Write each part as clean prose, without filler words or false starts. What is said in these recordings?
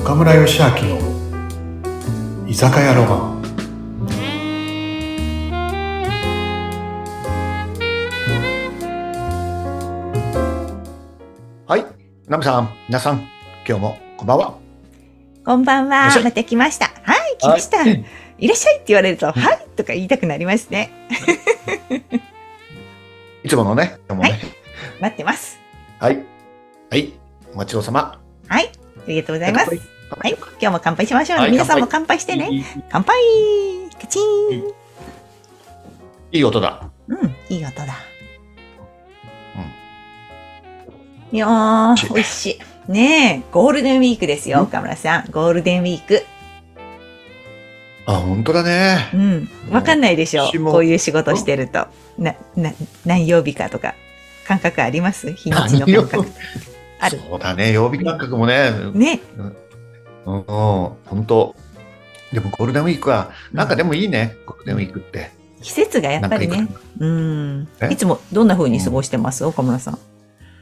岡村義明の居酒屋ロマン。はい、ナムさん、皆さん、今日もこんばんは。 こんばんは。また来ました。はい、来ました。 はい、 いらっしゃいって言われると、はいとか言いたくなりますね。 いつものね、今日もね。 はい、待ってます。 はい。はい。お待ちどうさま。 はい。ありがとうございます。はい。今日も乾杯しましょう。 はい、 皆さんも乾杯してね。乾杯カチーン。 いい音だ。 いい音だ。いやー、美味しい。ねえ、ゴールデンウィークですよ、岡村さん。ゴールデンウィーク。 あ、本当だね。 わかんないでしょ。こういう仕事してると。何曜日かとか、感覚あります？日にちの感覚。ある。 そうだね、曜日感覚もね。 ね。 本当。でもゴールデンウィークは、なんかでもいいね、ゴールデンウィークって。 季節がやっぱりね。いつもどんな風に過ごしてます？岡村さん。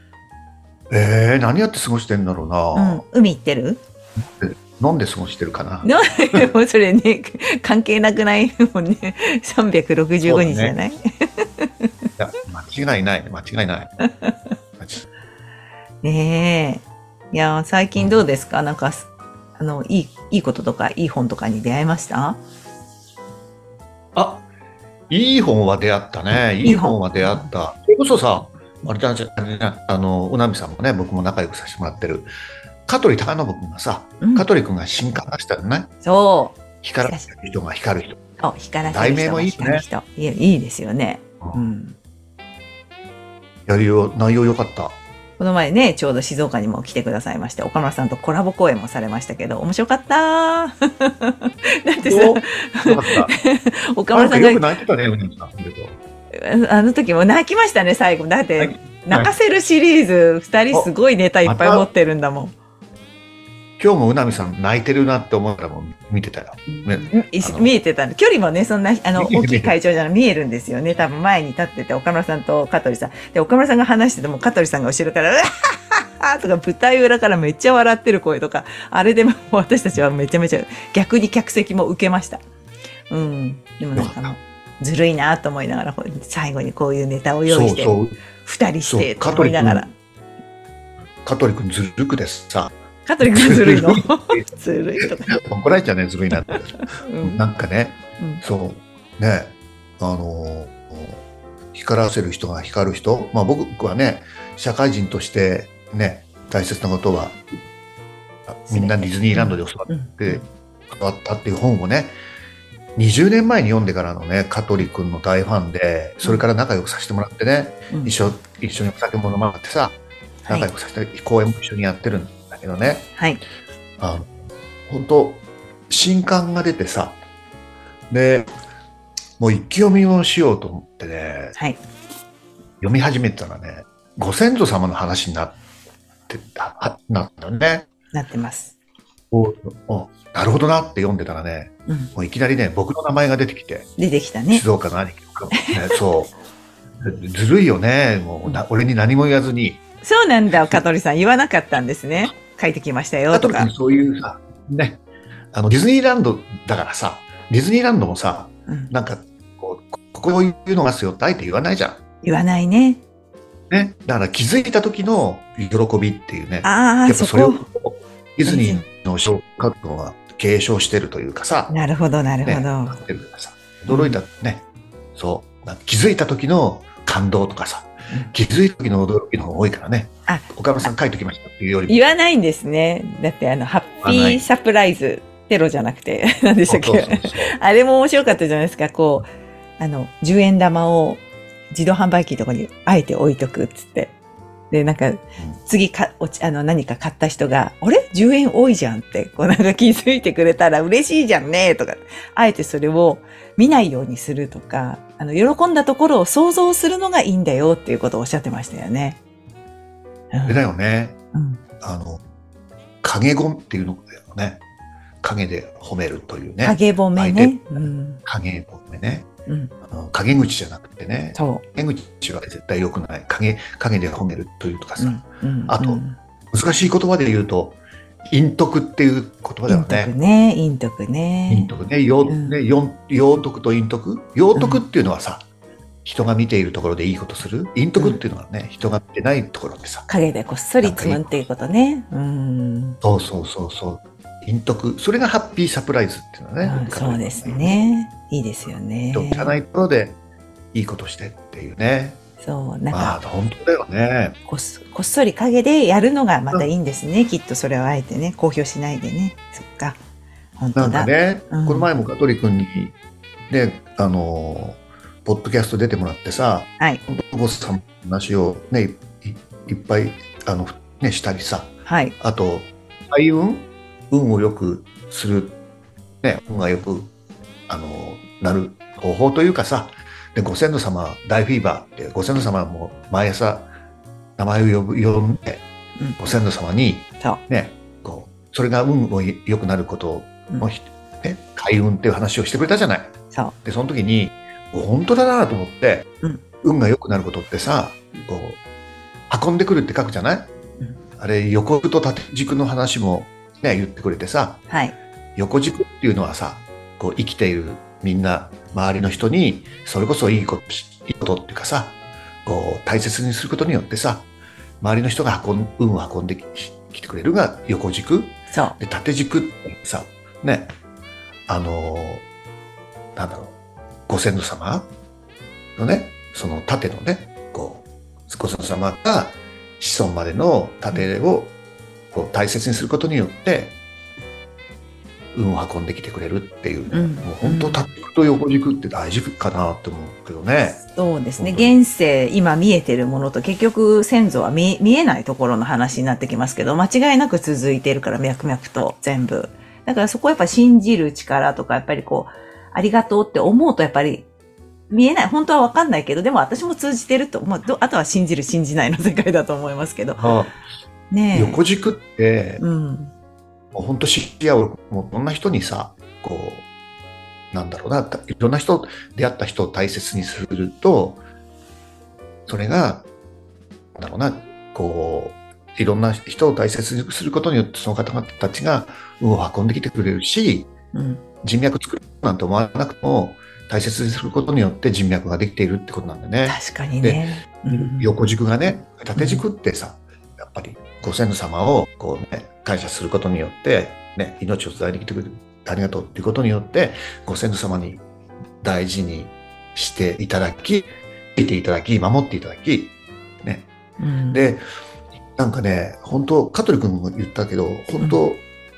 何やって過ごしてんだろうな。 海行ってる？ 飲んで過ごしてるかな。 もうそれね、関係なくないもんね。365日じゃない？いや、間違いない。 ねえ。いや、最近どうですか？なんか、いいこととか、いい本とかに出会いました？ あ、いい本は出会ったね。いい本は出会った。それこそさ、あれだね、うなみさんもね、僕も仲良くさせてもらってる、香取孝信君がさ、香取君が新刊出したよね。 そう。 光らせる人が光る人。 光らせる人が光る人。いいですよね。 内容良かった。 この前ね、ちょうど静岡にも来てくださいまして、岡村さんとコラボ公演もされましたけど、面白かっただってさ、岡村さんが。 よく泣いてたね、 あの時も泣きましたね、最後。だって、泣かせるシリーズ、二人すごいネタいっぱい持ってるんだもん。 今日もうなみさん泣いてるなって思ったらもう見てたよ。 見えてたの。距離もね、そんな、大きい会場じゃない見えるんですよね。多分前に立ってて、岡村さんと香取さん。で、岡村さんが話してても、香取さんが後ろから、うわーとか、舞台裏からめっちゃ笑ってる声とか、あれでも私たちはめちゃめちゃ、逆に客席も受けました。でもなんかずるいなと思いながら、最後にこういうネタを用意して、二人して、と思いながら。 香取くんずるくですさ。 香取くんずるいのずるいとか。 怒られちゃうね、ずるいなって。なんかね、そうね、光らせる人が光る人。まあ僕はね、社会人としてね、大切なことは、みんなディズニーランドで教わったっていう本をね、20年前に読んでからのね、香取くんの大ファンで、それから仲良くさせてもらってね、一緒にお酒も飲まってさ、仲良くさせて、講演も一緒にやってるんだけどね。本当新刊が出てさ、で、もう一気読みをしようと思ってね、読み始めたらね、ご先祖様の話になったね。 なってます。 なるほどなって読んでたらね、もういきなりね、僕の名前が出てきて。 出てきたね。 静岡の兄貴とかもね、そう。ずるいよね、もう俺に何も言わずに。 そうなんだ、香取さん。言わなかったんですね。書いてきましたよとか。 香取君そういうさ、ね、ディズニーランドだからさ、ディズニーランドもさ、なんかこういうのがすよってあえて言わないじゃん。 言わないね。 ね、だから気づいた時の喜びっていうね。 やっぱそれをディズニーの小学校は継承してるというかさ。 なるほど、なるほど。 驚いたね。そう。気づいた時の感動とかさ。気づいた時の驚きの方が多いからね。岡村さん書いてきましたっていうよりも。 言わないんですね。だってハッピーサプライズ、テロじゃなくて、何でしたっけ？あれも面白かったじゃないですか。こう、10円玉を自動販売機とかにあえて置いとくっつって。で、なんか、次何か買った人が、あれ ?10 円多いじゃんって、こうなんか気づいてくれたら嬉しいじゃんねとか、あえてそれを見ないようにするとか、喜んだところを想像するのがいいんだよっていうことをおっしゃってましたよね。 だよね。影語っていうのだよね。影で褒めるというね。 影褒めね。 影褒めね。陰口じゃなくてね。陰口は絶対良くない。影で褒めるというとかさ。あと、難しい言葉で言うと、 陰徳っていう言葉だよね。 陰徳ね、陰徳ね。 陰徳ね、陽徳と陰徳。陽徳っていうのはさ、人が見ているところでいいことする。陰徳っていうのはね、人が見てないところでさ。 影でこっそりつむっていうことね。 そうそうそうそう。陰徳。それがハッピーサプライズっていうのはね。 そうですね。いいですよね。 人じゃないところでいいことしてっていうね。 そう、なんか。 本当だよね。 こっそり影でやるのがまたいいんですね。きっとそれをあえてね、公表しないでね。そっか。本当だ。 なんかね、この前も香取君に、ね、ポッドキャスト出てもらってさ、 はい。 ボスさんの話をね、いっぱい、ね、したりさ、 はい。 あと、開運を良くする、ね、運が良く、なる方法というかさ、で、ご先祖様、大フィーバーって、ご先祖様も毎朝、名前を呼んで、ご先祖様に、ね、それが運を良くなることの、ね、開運っていう話をしてくれたじゃない。で、その時に、本当だなと思って、運が良くなることってさ、運んでくるって書くじゃない、あれ、横軸と縦軸の話もね、言ってくれてさ、 はい、 横軸っていうのはさ、生きているみんな、周りの人に、それこそいいことっていうかさ、大切にすることによってさ、周りの人が運を運んできてくれるが横軸。で、縦軸ってさ、ね、なんだろう、ご先祖様のね、その縦のね、ご先祖様が子孫までの縦を大切にすることによって、運を運んできてくれるっていう、もう本当縦軸と横軸って大事かなって思うけどね。 そうですね。現世、今見えてるものと結局先祖は見えないところの話になってきますけど、間違いなく続いてるから脈々と全部。だからそこはやっぱ信じる力とか、やっぱりありがとうって思うとやっぱり見えない。本当はわかんないけど、でも私も通じてると、あとは信じる信じないの世界だと思いますけど。 ね、横軸って、もう本当知り合う、もうどんな人にさ、なんだろうな、いろんな人、出会った人を大切にすると、それが、なんだろうな、いろんな人を大切にすることによって、その方々たちが運を運んできてくれるし、人脈作るなんて思わなくても、大切にすることによって人脈ができているってことなんだね。 確かにね。 横軸がね、縦軸ってさ、やっぱりご先祖様を感謝することによって、ね、命を伝えてきてくれる、ありがとうっていうことによって、ご先祖様に大事にしていただき、見ていただき、守っていただき、ね。で、なんかね、本当、香取君も言ったけど、本当、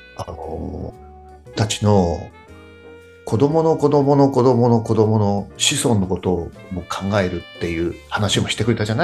たちの子供の子供の子供の子供の子孫のことをも考えるっていう話もしてくれたじゃない？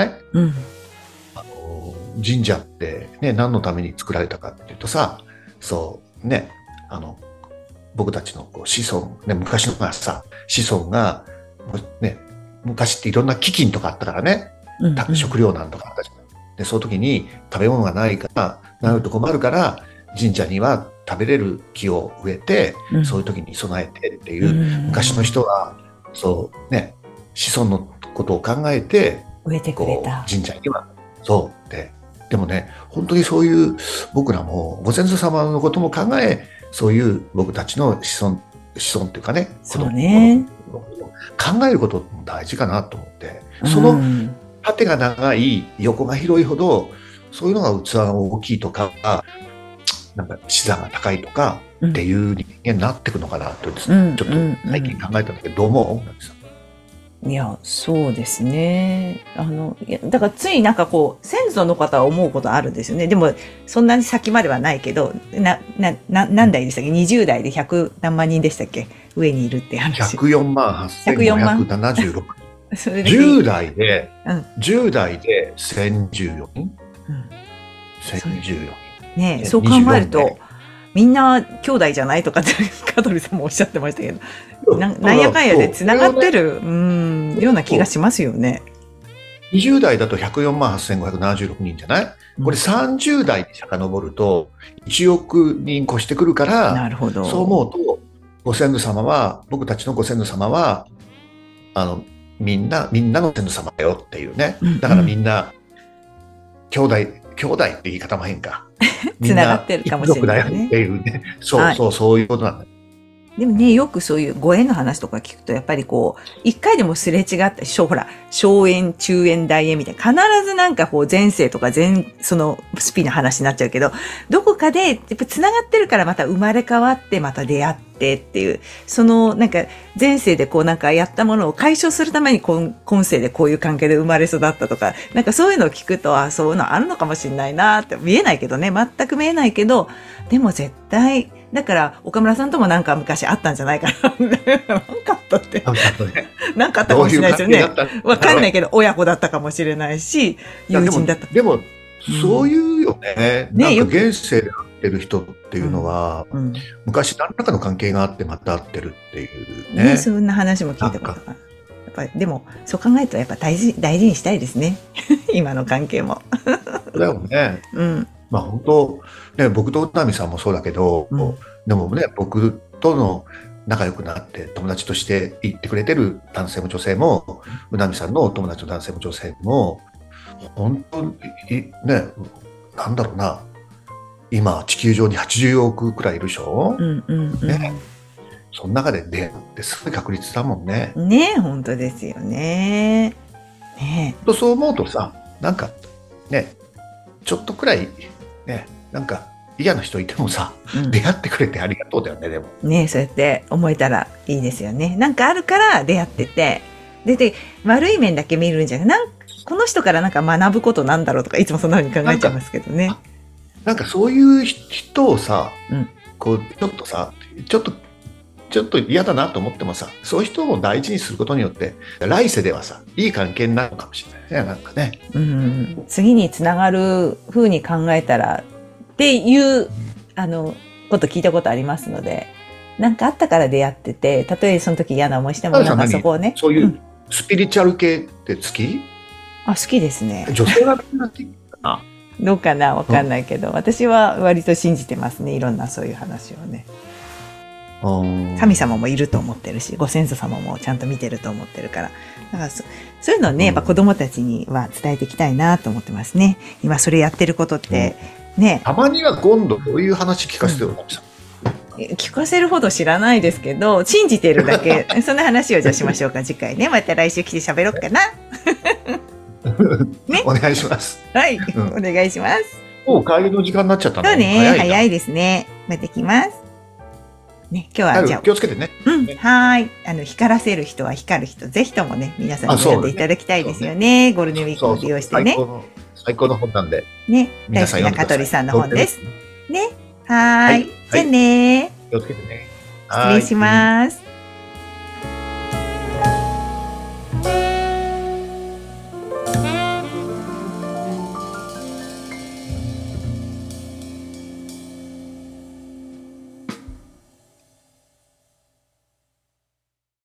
神社ってね、何のために作られたかっていうとさ、そうね、僕たちの子孫、ね、昔のがさ、子孫が、ね、昔っていろんな飢饉とかあったからね、食糧難とかあったじゃない。で、その時に食べ物がないから、なると困るから、神社には食べれる木を植えて、そういう時に備えてっていう、昔の人は、そうね、子孫のことを考えて、 植えてくれた。 神社には、そうって。でもね、本当にそういう僕らもご先祖様のことも考え、そういう僕たちの子孫っていうかね、 そうね、 考えることも大事かなと思って、その縦が長い、横が広いほど、そういうのが器が大きいとか、なんか資産が高いとかっていう人間になっていくのかなと、ちょっと最近考えたんだけど、どう思う？ いや、そうですね。だからついなんか先祖の方は思うことあるんですよね。でも、そんなに先まではないけど、何代でしたっけ ?20 代で100何万人でしたっけ上にいるって話。 104万8576。それで10代で1014人、1014人。 ねえ、そう考えると、みんな兄弟じゃないとかって香取さんもおっしゃってましたけど、なんやかんやで繋がってる、ような気がしますよね。 20代だと104万8576人じゃない？これ30代に遡ると1億人越してくるから、 なるほど。 そう思うと、ご先祖様は、僕たちのご先祖様は、みんなの先祖様だよっていうね。だからみんな、兄弟って言い方も変か。 みん繋がなってるかもしれないね一族だよっていうね。そうそう、そういうことなんだよ。 でもね、よくそういうご縁の話とか聞くと、やっぱりこう、一回でもすれ違った、ほら、小縁、中縁、大縁みたいな、必ずなんかこう、前世とかそのスピな話になっちゃうけど、どこかで、やっぱ繋がってるからまた生まれ変わって、また出会ってっていう、その、なんか、前世でこうなんかやったものを解消するために今世でこういう関係で生まれ育ったとか、なんかそういうのを聞くと、あ、そういうのあるのかもしれないなって、見えないけどね、全く見えないけど、でも絶対、だから、岡村さんともなんか昔あったんじゃないかな。なんかあったって。なんかあったかもしれないですよね。わかんないけど、親子だったかもしれないし、友人だった。 でも、そういうよね。なんか現世で会ってる人っていうのは、昔何らかの関係があってまた会ってるっていうね。 ね、そんな話も聞いたことがある。やっぱり、でも、そう考えるとやっぱ大事にしたいですね。今の関係も。 だよね。まあ本当、ね、僕と宇多美さんもそうだけど、でもね、僕との仲良くなって友達として言ってくれてる男性も女性も、宇多美さんのお友達の男性も女性も、本当にね、なんだろうな、今地球上に80億くらいいるでしょ、ね、その中で出会ってすごい確率だもんね。 ね、本当ですよね。ね。 そう思うとさ、なんかね、ちょっとくらいね、なんか嫌な人いてもさ、出会ってくれてありがとうだよね、でも。 ね、そうやって思えたらいいですよね。なんかあるから出会ってて、で、悪い面だけ見るんじゃなくて、この人からなんか学ぶことなんだろうとか、いつもそんな風に考えちゃいますけどね。 なんかそういう人をさ、こう、ちょっとさ、ちょっと嫌だなと思ってもさ、そういう人を大事にすることによって、来世ではさ、いい関係になるのかもしれないね、なんかね。 次につながる風に考えたらっていう、こと聞いたことありますので、なんかあったから出会ってて、たとえその時嫌な思いしても、なんかそこをね。 そういうスピリチュアル系って好き？ 好きですね。 女性が好きかな？ どうかなわかんないけど、私は割と信じてますね。いろんなそういう話をね。神様もいると思ってるし、ご先祖様もちゃんと見てると思ってるから。だからそういうのをね、やっぱ子供たちには伝えていきたいなと思ってますね。今それやってることってね。 たまには今度どういう話聞かせてよ、 聞かせるほど知らないですけど、信じてるだけ。そんな話をじゃあしましょうか、次回ね。また来週来て喋ろうかな。 ね。お願いします。 はい、お願いします。 もう帰りの時間になっちゃったの。 そうね、早いですね。また来ます。ね、今日はじゃあ。 気をつけてね。 はい。光らせる人は光る人。ぜひともね、皆さんに読んでいただきたいですよね。ゴールデンウィークを利用してね。 最高の本なんで。 ね、大好きな香取さんの本です。ね。はい。じゃあね。 気をつけてね。 失礼します。